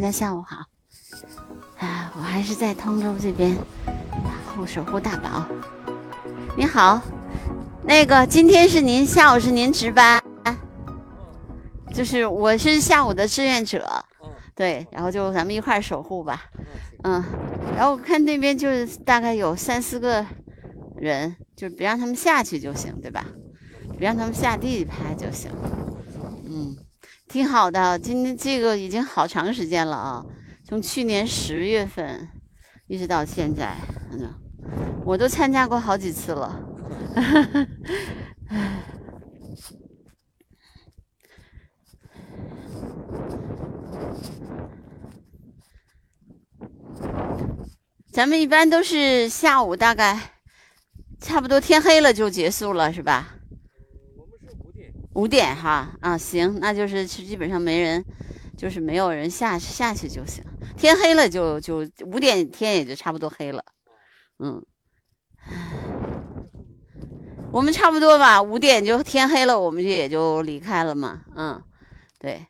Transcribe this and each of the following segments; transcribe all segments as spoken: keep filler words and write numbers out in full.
家下午好。啊，我还是在通州这边护守护大宝。你好，那个今天是您下午是您值班，就是我是下午的志愿者，对，然后就咱们一块守护吧。嗯，然后我看那边就是大概有三四个人，就别让他们下去就行，对吧？别让他们下地拍就行。嗯，挺好的。今天这个已经好长时间了啊，从去年十月份一直到现在，嗯，我都参加过好几次了。咱们一般都是下午大概差不多天黑了就结束了，是吧？ 我们是五点。 五点哈，啊，行，那就是基本上没人，就是没有人下下去就行。天黑了就就五点天也就差不多黑了，嗯，我们差不多吧，五点就天黑了，我们就也就离开了嘛，嗯，对，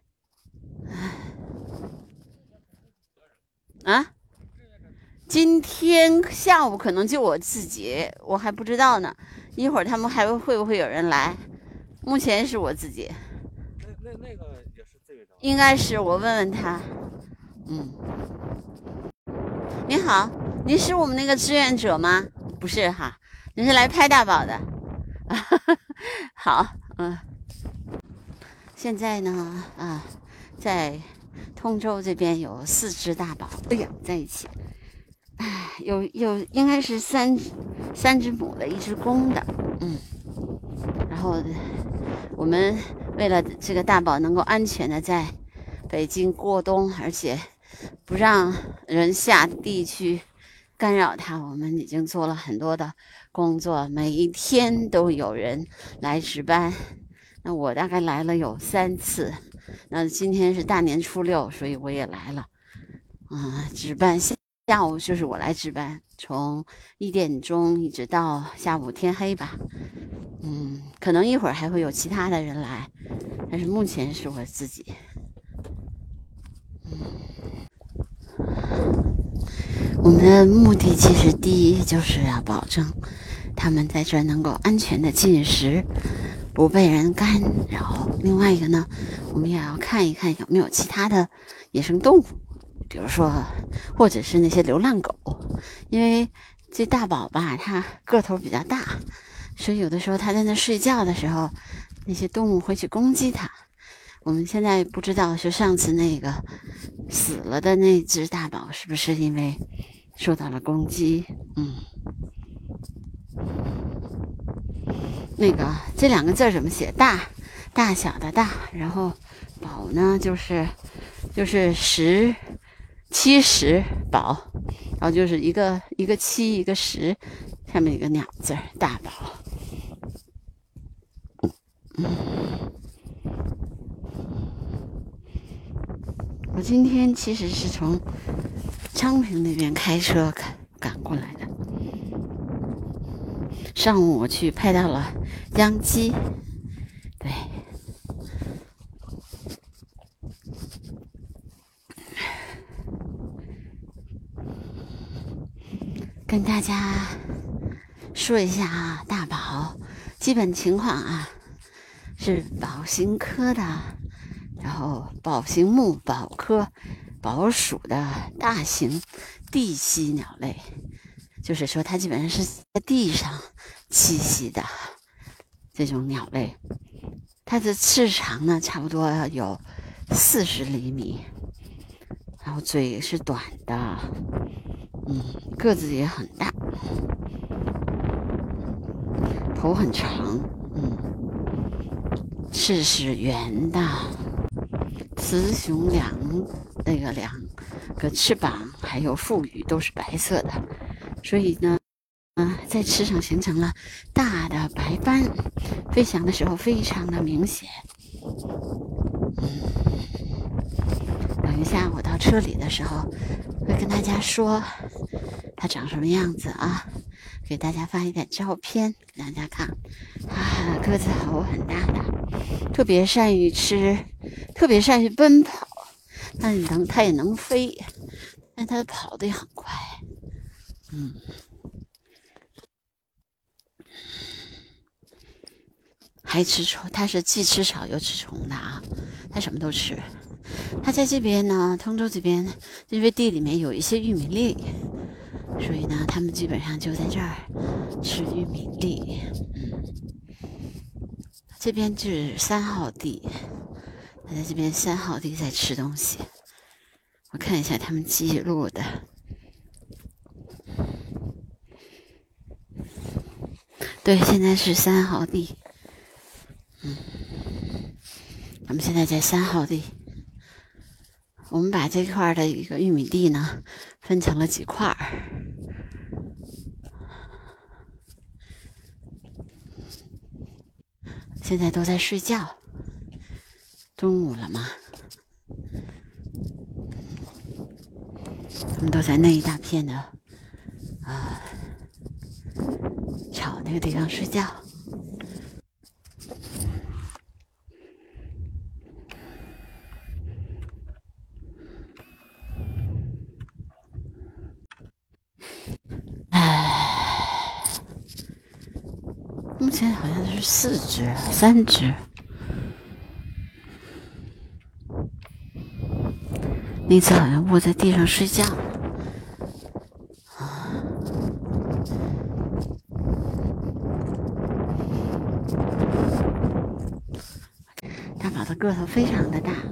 啊。今天下午可能就我自己，我还不知道呢。一会儿他们还会不会有人来？目前是我自己。 那那那个也是自愿者。 应该是，我问问他。嗯。你好，您是我们那个志愿者吗？不是哈，您是来拍大宝的。好，嗯。现在呢，啊，在通州这边有四只大宝养在一起。哎，有有应该是三三只母的，一只公的，嗯。然后我们为了这个大宝能够安全的在北京过冬，而且不让人下地去干扰它，我们已经做了很多的工作，每一天都有人来值班。那我大概来了有三次，那今天是大年初六，所以我也来了，嗯，值班下。下午就是我来值班，从一点钟一直到下午天黑吧。嗯，可能一会儿还会有其他的人来，但是目前是我自己。嗯，我们的目的其实第一就是要保证他们在这儿能够安全的进食，不被人干扰。另外一个呢，我们也要看一看有没有其他的野生动物。比如说，或者是那些流浪狗，因为这大宝吧，它个头比较大，所以有的时候它在那睡觉的时候，那些动物会去攻击它。我们现在不知道是上次那个死了的那只大宝是不是因为受到了攻击。嗯，那个这两个字怎么写？大，大小的大，然后宝呢就是就是十。七十宝，然后就是一个一个七一个十，下面一个鸟字，大宝。嗯，我今天其实是从昌平那边开车赶赶过来的。上午我去拍到了秧鸡，对。跟大家说一下啊，大宝基本情况啊是宝形科的，然后宝形目宝科宝属的大型地栖鸟类，就是说它基本上是在地上栖息的这种鸟类。它的翅长呢差不多有四十厘米，然后嘴是短的。嗯，个子也很大，头很长，嗯，翅是圆的，雌雄两那个两个翅膀还有腹羽都是白色的，所以呢，啊、呃，在翅上形成了大的白斑，飞翔的时候非常的明显。嗯，等一下我到车里的时候会跟大家说它长什么样子啊，给大家发一点照片给大家看。啊，个子头很大的，特别善于吃，特别善于奔跑， 它能，它也能飞，但它跑得也很快。嗯，还吃虫，它是既吃草又吃虫的啊，它什么都吃。它在这边呢，通州这边，因为地里面有一些玉米粒，所以呢，他们基本上就在这儿吃玉米粒。嗯，这边是三号地，它在这边三号地在吃东西。我看一下他们记录的。对，现在是三号地。嗯，他们现在在三号地。我们把这块的一个玉米地呢，分成了几块儿。现在都在睡觉，中午了嘛，他们都在那一大片的啊、呃、草那个地方睡觉。唉，目前好像是四只，三只。那次好像卧在地上睡觉。大宝的个头非常的大，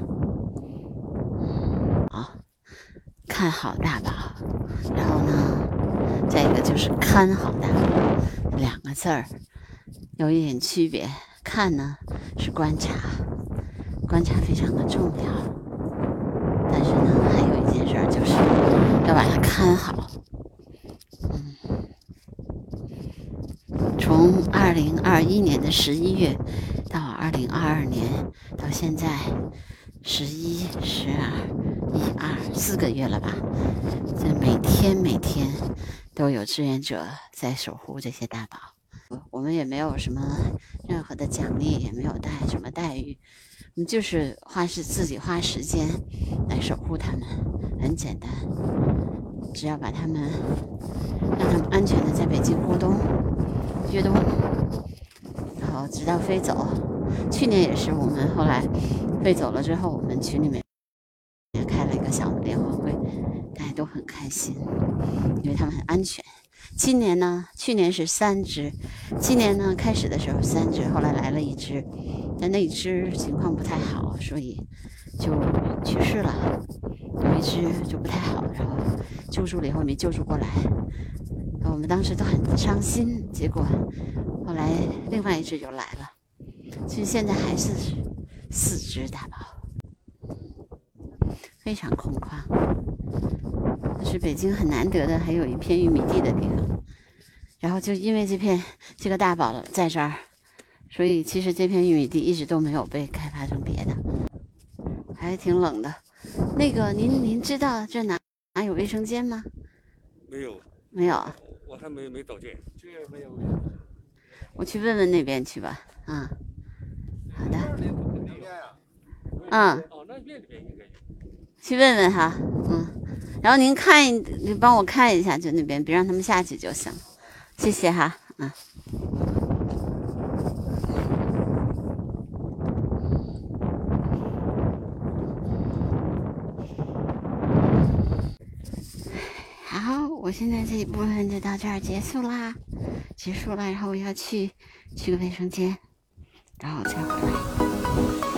啊，看好大宝，然后呢，再一个就是看好大宝，两个字儿有一点区别。看呢是观察，观察非常的重要。但是呢，还有一件事就是要把它看好。嗯，从二零二一年的十一月到二零二二年到现在十一、十二、一二四个月了吧？这每天每天都有志愿者在守护这些大宝。我们也没有什么任何的奖励，也没有带什么待遇。我们就是花是自己花时间来守护他们，很简单，只要把他们让他们安全的在北京过冬、越冬，然后直到飞走。去年也是，我们后来飞走了之后，我们群里面也开了一个小的联欢会，大家都很开心，因为他们很安全。今年呢，去年是三只，今年呢开始的时候三只，后来来了一只，但那一只情况不太好，所以就去世了。有一只就不太好，然后救助了以后没救助过来，我们当时都很伤心。结果后来另外一只又来了，其实现在还是四只大宝，非常空旷。这是北京很难得的，还有一片玉米地的地方。然后就因为这片这个大宝在这儿，所以其实这片玉米地一直都没有被开发成别的，还挺冷的。那个您您知道这哪哪有卫生间吗？ 没有， 没有， 我还没没找见，这没有。 我去问问那边去吧。啊，好的。嗯。 哦，那院里边应该有。 去问问哈，嗯。然后您看，你帮我看一下，就那边，别让他们下去就行。谢谢哈，嗯。好，我现在这一部分就到这儿结束啦，结束了，然后我要去去个卫生间，然后再回来。